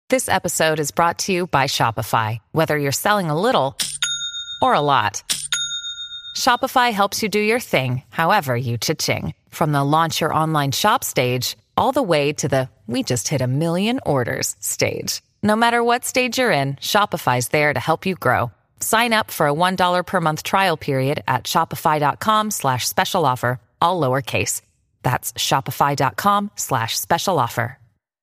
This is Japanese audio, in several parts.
This episode is brought to you by Shopify. Whether you're selling a little or a lot, Shopify helps you do your thing, however you cha-ching. From the launch your online shop stage, all the way to the we just hit 1 million orders stage. No matter what stage you're in, Shopify's there to help you grow. Sign up for a $1 per month trial period at shopify.com/special offer, all lowercase. That's shopify.com/special offer.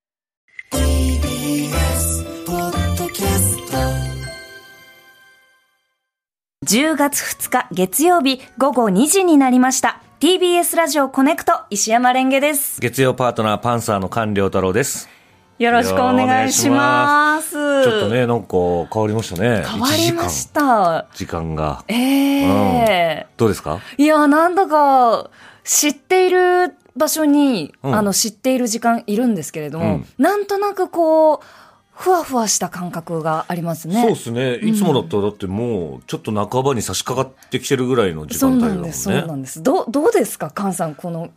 10月2日月曜日午後2時になりました。 TBS ラジオコネクト石山レンゲです。 月曜パートナーパンサーの菅良太郎です。 よろしくお願いします。 ちょっとね、なんか変わりましたね。 変わりました。 時間が、どうですか？ いや、なんだか知っている場所に、知っている時間いるんですけれども、なんとなくこうふわふわした感覚がありますね。 そうですね。いつもだったらだってもうちょっと半ばに差し掛かってきてるぐらいの時間帯だもんね。 そうなんです。どうですか菅さん、この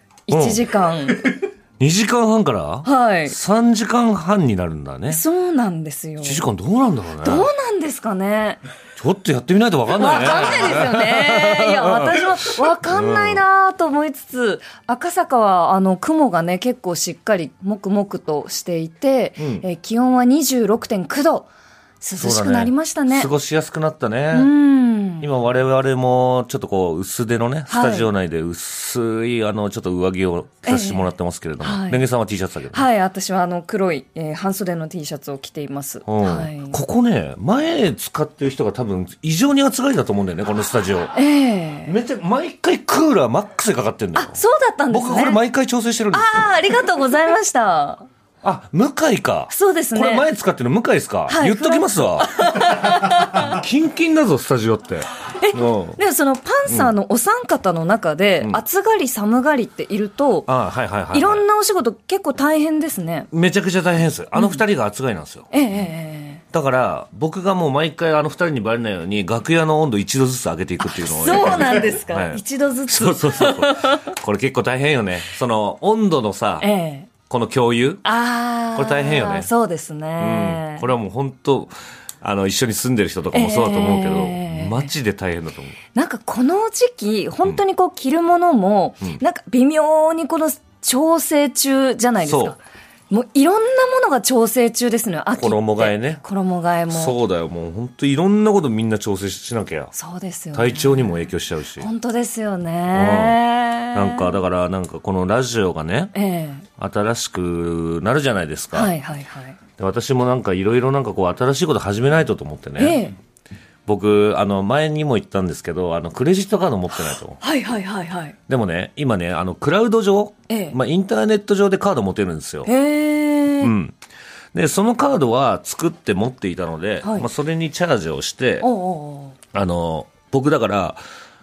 1時間、 2時間半から、 はい、 3時間半になるんだね。 そうなんですよ。 1時間どうなんだろうね。 どうなんですかね。 ちょっとやってみないと分かんないね。 分かんないですよね。いや、私も分かんないなと思いつつ、赤坂は雲がね結構しっかりもくもくとしていて、気温は 26.9 度、涼しくなりましたね。 過ごしやすくなったね。今我々もちょっとこう薄手のね、スタジオ内で薄いちょっと上着を着させてもらってますけれども、レンゲさんは T シャツだけど、ね、 はい、私は黒い、半袖の T シャツを着ています、はい、 ここね、前使ってる人が多分異常に暑がりだと思うんだよね、このスタジオ。めっちゃ毎回クーラーマックスでかかってるんだよ。 あ、そうだったんですね。 僕これ毎回調整してるんですよ。 ありがとうございましたあ、向井か。 そうですね。 これ前使ってるの向井ですか、はい、言っときますわ。キンキンだぞスタジオって。 でもそのパンサーのお三方の中で、暑がり寒がりっていると、いろんなお仕事結構大変ですね。 めちゃくちゃ大変です。二人が暑がりなんですよ。だから僕がもう毎回二人にバレないように楽屋の温度1度ずつ上げていくっていうのを。 そうなんですか、 はい、 1度ずつ。 そう。これ結構大変よね。その温度のさ、この共有、これ大変よね。 そうですね、 これはもう本当一緒に住んでる人とかもそうだと思うけど、マジで大変だと思う。 なんかこの時期本当にこう着るものも、なんか微妙にこの調整中じゃないですか。もういろんなものが調整中ですね。秋って衣替えね。 衣替えもそうだよ。もう本当いろんなことみんな調整しなきゃ。 そうですよね。 体調にも影響しちゃうし。 本当ですよね。 なんかだからなんかこのラジオがね、新しくなるじゃないですか。で私もなんかいろいろなんかこう新しいこと始めないと思ってね。僕前にも言ったんですけどクレジットカード持ってないと。でもね、今ねクラウド上、インターネット上でカード持てるんですよ。でそのカードは作って持っていたので、それにチャージをして僕だから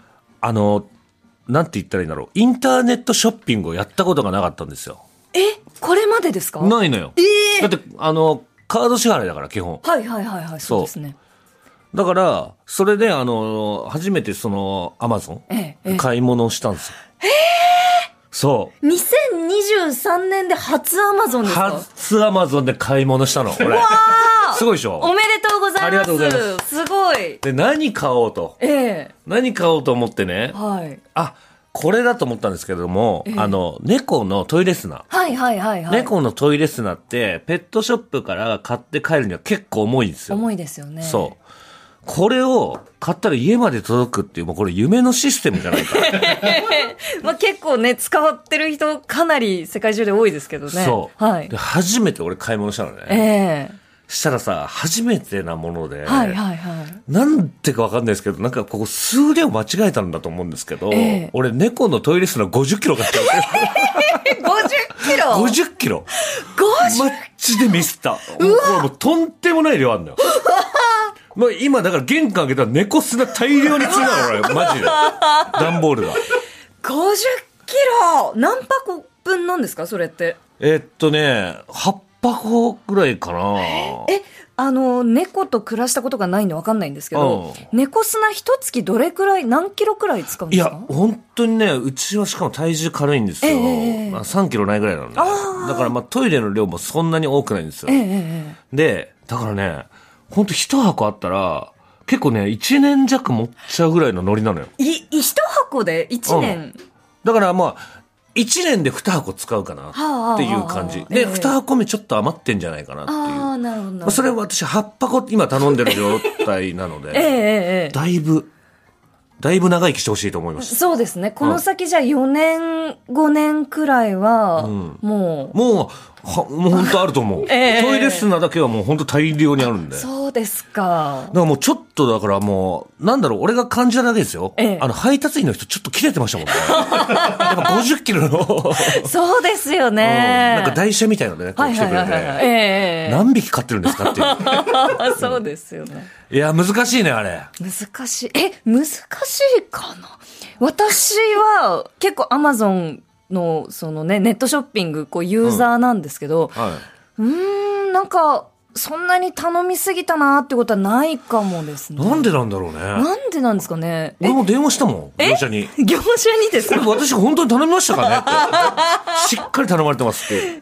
なんて言ったらいいんだろう、インターネットショッピングをやったことがなかったんですよ。 これまでですか？ ないのよ。だってカード支払いだから基本。そうですね。だからそれで初めてそのアマゾン買い物をしたんですよ。そう 2023年で初アマゾンですか？ 初アマゾンで買い物したの。俺すごいでしょ。 おめでとうございます。 ありがとうございます。 すごい。 で何買おうと、何買おうと思ってね、これだと思ったんですけれども、猫のトイレ砂。猫のトイレ砂ってペットショップから買って帰るには結構重いんですよ。 重いですよね。 そう。これを買ったら家まで届くっていう、もうこれ夢のシステムじゃないか。 結構ね、使ってる人かなり世界中で多いですけどね。 そう。で初めて俺買い物したのね。したらさ、初めてなもので、なんてかわかんないですけど、なんかここ数量間違えたんだと思うんですけど、俺猫のトイレ砂50キロ買っちゃう。 50キロ ?50 キロマジでミスった。これもうとんでもない量あんのよ。今だから玄関開けたら猫砂大量に積んだの俺、マジで。段ボールが。50 キロ何箱分なんですかそれって。 8 箱ぐらいかな。 猫と暮らしたことがないんで分かんないんですけど、猫砂一月どれくらい、何キロくらい使うんですか？ いや、本当にね、うちはしかも体重軽いんですよ。3キロないぐらいなので。だからまあトイレの量もそんなに多くないんですよ。で、だからね、本当一箱あったら、結構ね、1年弱持っちゃうぐらいのノリなのよ。 一箱で1年、 だからまあ、1年で2箱使うかなっていう感じ。で、2箱目ちょっと余ってんじゃないかなっていう。 なるほど。 それは私8箱今頼んでる状態なので、だいぶ長生きしてほしいと思います。 そうですね。この先じゃあ4年、5年くらいは、もう本当あると思う。トイレ砂だけはもう本当大量にあるんで。 そうですか。 だからもうちょっとだからもう、なんだろう、俺が感じただけですよ。配達員の人ちょっと切れてましたもんね。やっぱ50キロの。 そうですよね。 なんか台車みたいなのね、こう来てくれて。何匹飼ってるんですかっていう。 そうですよね。 いや、難しいね、あれ。 難しい。難しいかな。私は結構アマゾンのそのね、ネットショッピングユーザーなんですけど、なんかそんなに頼みすぎたなってことはないかもですね。 なんでなんだろうね。 なんでなんですかね。 俺も電話したもん、業者に。 業者にですか？ 私本当に頼みましたかねって。しっかり頼まれてますって。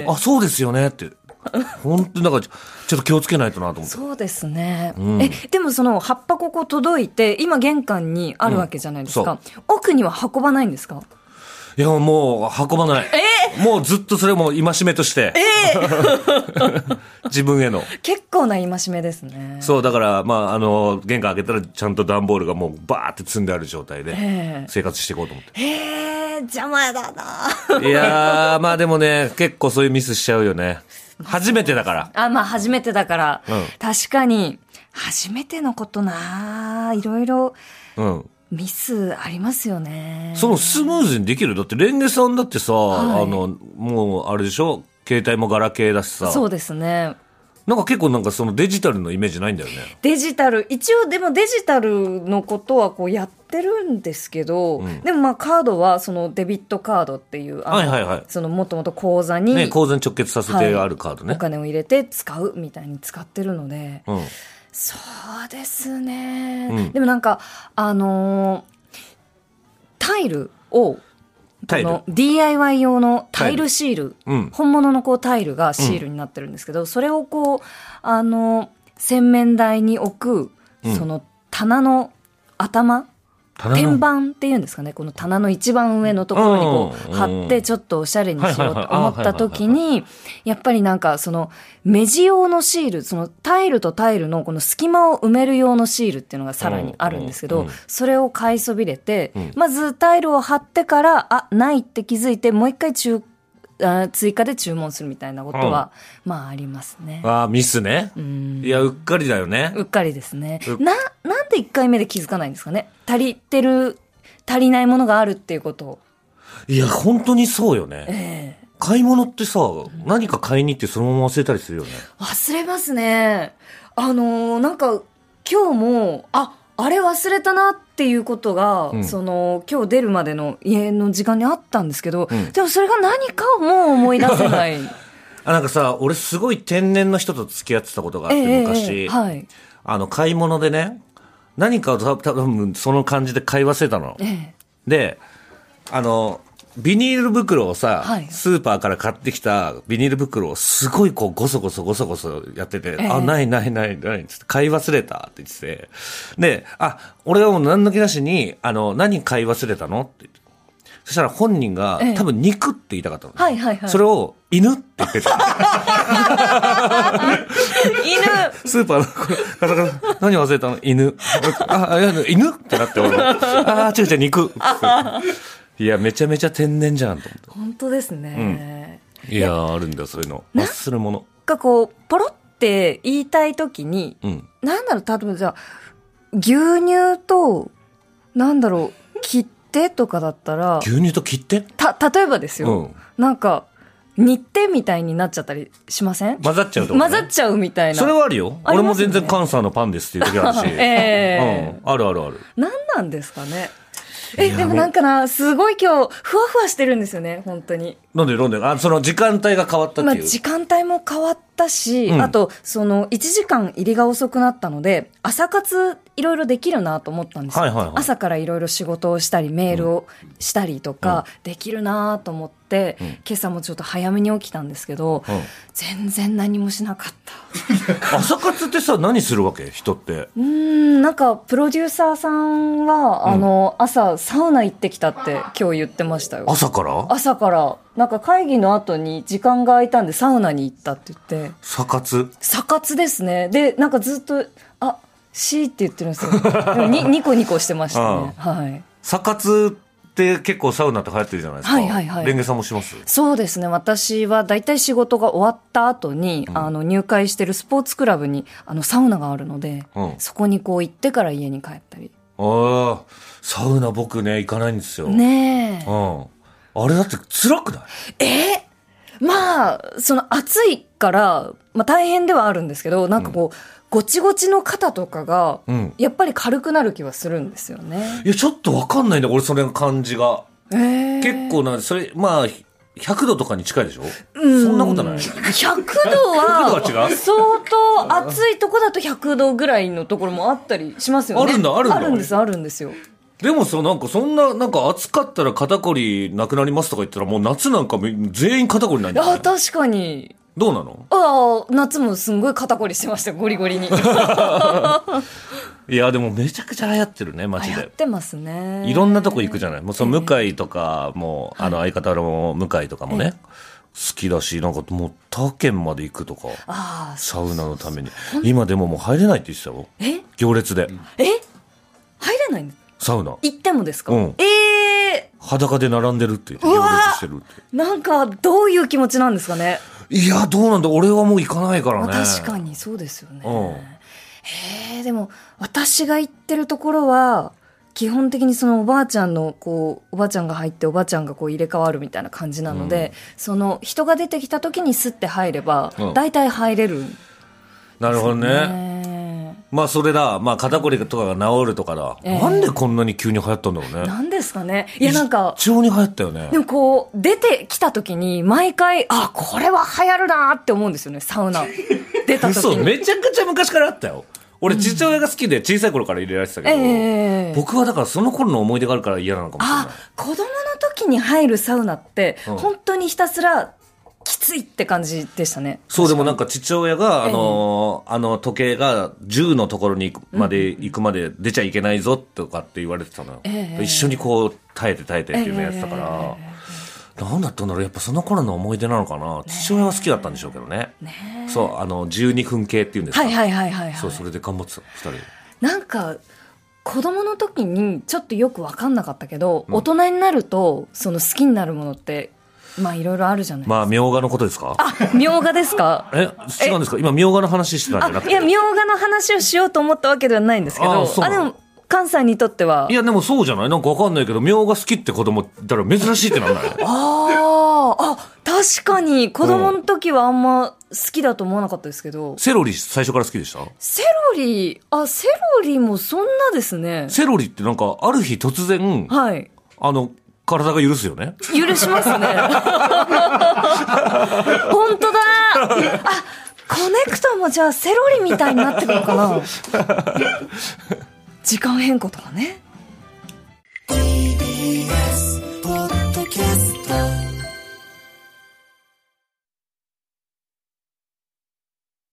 あ、そうですよねって。本当になんかちょっと気をつけないとなと思って。 そうですね。でもその8箱届いて今玄関にあるわけじゃないですか。奥には運ばないんですか？ いや、もう運ばない。もうずっとそれも戒めとして。自分への。 結構な戒めですね。 そう、だから、まあ、玄関開けたらちゃんと段ボールがもうバーって積んである状態で生活していこうと思って。 邪魔だな。 いやー、まあでもね、結構そういうミスしちゃうよね。初めてだから。 まあ初めてだから。確かに、初めてのこといろいろ。ミスありますよね。 そのスムーズにできる。だってレンゲさんだってさ、もうあれでしょ、携帯もガラケーだしさ。 そうですね。 なんか結構なんかそのデジタルのイメージないんだよね。 デジタル、一応でもデジタルのことはやってるんですけど、でもまあカードはそのデビットカードっていう、そのもともと口座に、 口座に直結させてあるカードね。 お金を入れて使うみたいに使ってるので、そうですね。でもなんか、タイルを、DIY 用のタイルシール、本物のタイルがシールになってるんですけど、それを洗面台に置く、その棚の頭、天板っていうんですかね、この棚の一番上のところに貼ってちょっとおしゃれにしようと思った時に、やっぱりなんかその目地用のシール、そのタイルとタイルのこの隙間を埋める用のシールっていうのがさらにあるんですけど、それを買いそびれて、まずタイルを貼ってから、ないって気づいて、もう一回追加で注文するみたいなことは、まあありますね。 ミスね。いや、うっかりだよね。 うっかりですね。なんで1回目で気づかないんですかね。足りないものがあるっていうことを。 いや、本当にそうよね。買い物ってさ、何か買いに行ってそのまま忘れたりするよね。 忘れますね。なんか、今日も、あれ忘れたなっていうことが、今日出るまでの家の時間にあったんですけど、でもそれが何かをもう思い出せない。 なんかさ、俺すごい天然の人と付き合ってたことがあって、昔。買い物でね、何かを多分その感じで買い忘れたの。で、ビニール袋をさ、スーパーから買ってきたビニール袋をすごいゴソゴソやってて、ないつって買い忘れたって言ってて、で、俺はもう何の気なしに、何買い忘れたのって言って。そしたら本人が、多分肉って言いたかったの。それを犬って言ってた。 犬スーパーのカタカナ、何忘れたの？犬。犬ってなって俺も。違う、肉。いや、めちゃめちゃ天然じゃんと思って。 本当ですね。 いや、あるんだよ、そういうの。忘れ物。 ポロって言いたいときに、なんだろう、例えばじゃあ、牛乳と、切手とかだったら。 牛乳と切手？ 例えばですよ。なんか、日程みたいになっちゃったりしません？ 混ざっちゃうとか、 混ざっちゃうみたいな。 それはあるよ。俺も全然関西のパンですっていう時あるし。ある。 何なんですかね。 でもなんかな、すごい今日、ふわふわしてるんですよね、本当に。 なんでその時間帯が変わったっていう。 時間帯も変わったし、あと、1時間入りが遅くなったので、朝活いろいろできるなと思ったんですよ。朝からいろいろ仕事をしたり、メールをしたりとか、できるなと思って、今朝もちょっと早めに起きたんですけど、全然何もしなかった。 朝活ってさ、何するわけ人って。 なんか、プロデューサーさんは、朝、サウナ行ってきたって今日言ってましたよ。 朝から？ 朝から。なんか会議の後に時間が空いたんでサウナに行ったって言って。 サ活ですね。で、なんかずっと、シーって言ってるんですよ。でもニコニコしてましたね。はい。 サ活って結構サウナって流行ってるじゃないですか。レンゲさんもします？ そうですね。私はだいたい仕事が終わった後に、入会してるスポーツクラブに、サウナがあるので、そこにこう行ってから家に帰ったり。 サウナ僕ね、行かないんですよ。 ねえ。 あれだって辛くない？ まあ、暑いから、大変ではあるんですけど、なんかこう、ごちごちの肩とかが、やっぱり軽くなる気はするんですよね。 いや、ちょっとわかんないんだ、俺それの感じが。結構それ、100度とかに近いでしょ？そんなことない？ 100 度は、相当暑いとこだと100度ぐらいのところもあったりしますよね。あるんですよ。 でもさ、なんかそんな、なんか暑かったら肩こりなくなりますとか言ったら、もう夏なんか全員肩こりないんだよね。 確かに。 どうなの？ 夏もすんごい肩こりしてましたよ、ゴリゴリに。 いや、でもめちゃくちゃ流行ってるね、マジで。 流行ってますね。 いろんなとこ行くじゃない。もう向井とかも、相方の向井とかもね、好きだし、なんかもう他県まで行くとか、サウナのために。今でももう入れないって言ってたよ。行列で。 入れないの？ サウナ。 行ってもですか？ 裸で並んでるって言って、行列してるって。 なんか、どういう気持ちなんですかね。 いや、どうなんだ、俺はもう行かないからね。 確かにそうですよね。でも、私が行ってるところは、基本的におばあちゃんの、おばあちゃんが入って、おばあちゃんが入れ替わるみたいな感じなので、人が出てきた時にスッて入れば、大体入れる。 なるほどね。それだ。肩こりとかが治るとかだ。なんでこんなに急に流行ったんだろうね。 なんですかね。いや、なんか。 一応に流行ったよね。 でも出てきた時に、毎回、これは流行るなって思うんですよね、サウナ。出た時に。 めちゃくちゃ昔からあったよ。俺、父親が好きで小さい頃から入れられてたけど、僕はだからその頃の思い出があるから嫌なのかもしれない。 子供の時に入るサウナって、本当にひたすら、きついって感じでしたね。 そう、でもなんか父親が、時計が10のところに行くまで出ちゃいけないぞとかって言われてたのよ。一緒に耐えてっていうのやってたから、なんだったんだろう、やっぱその頃の思い出なのかな。父親は好きだったんでしょうけどね。そう、12分計っていうんですか。そう、それで頑張ってた、2人。 なんか、子供の時にちょっとよく分かんなかったけど、大人になると、好きになるものって、いろいろあるじゃないですか。 みょうがのことですか？ みょうがですか？ 違うんですか？今、みょうがの話してたんじゃなくて。 いや、みょうがの話をしようと思ったわけではないんですけど、でも、関西にとっては。 いや、でもそうじゃない？なんかわかんないけど、みょうが好きって子供だから珍しいってなんない？ 確かに、子供の時はあんま好きだと思わなかったですけど。 セロリ最初から好きでした？ セロリもそんなですね。 セロリってなんか、ある日突然、体が許すよね。 許しますね。本当だ。コネクトもじゃあセロリみたいになってくるのかな。時間変更とかね。TBS ポッドキャスト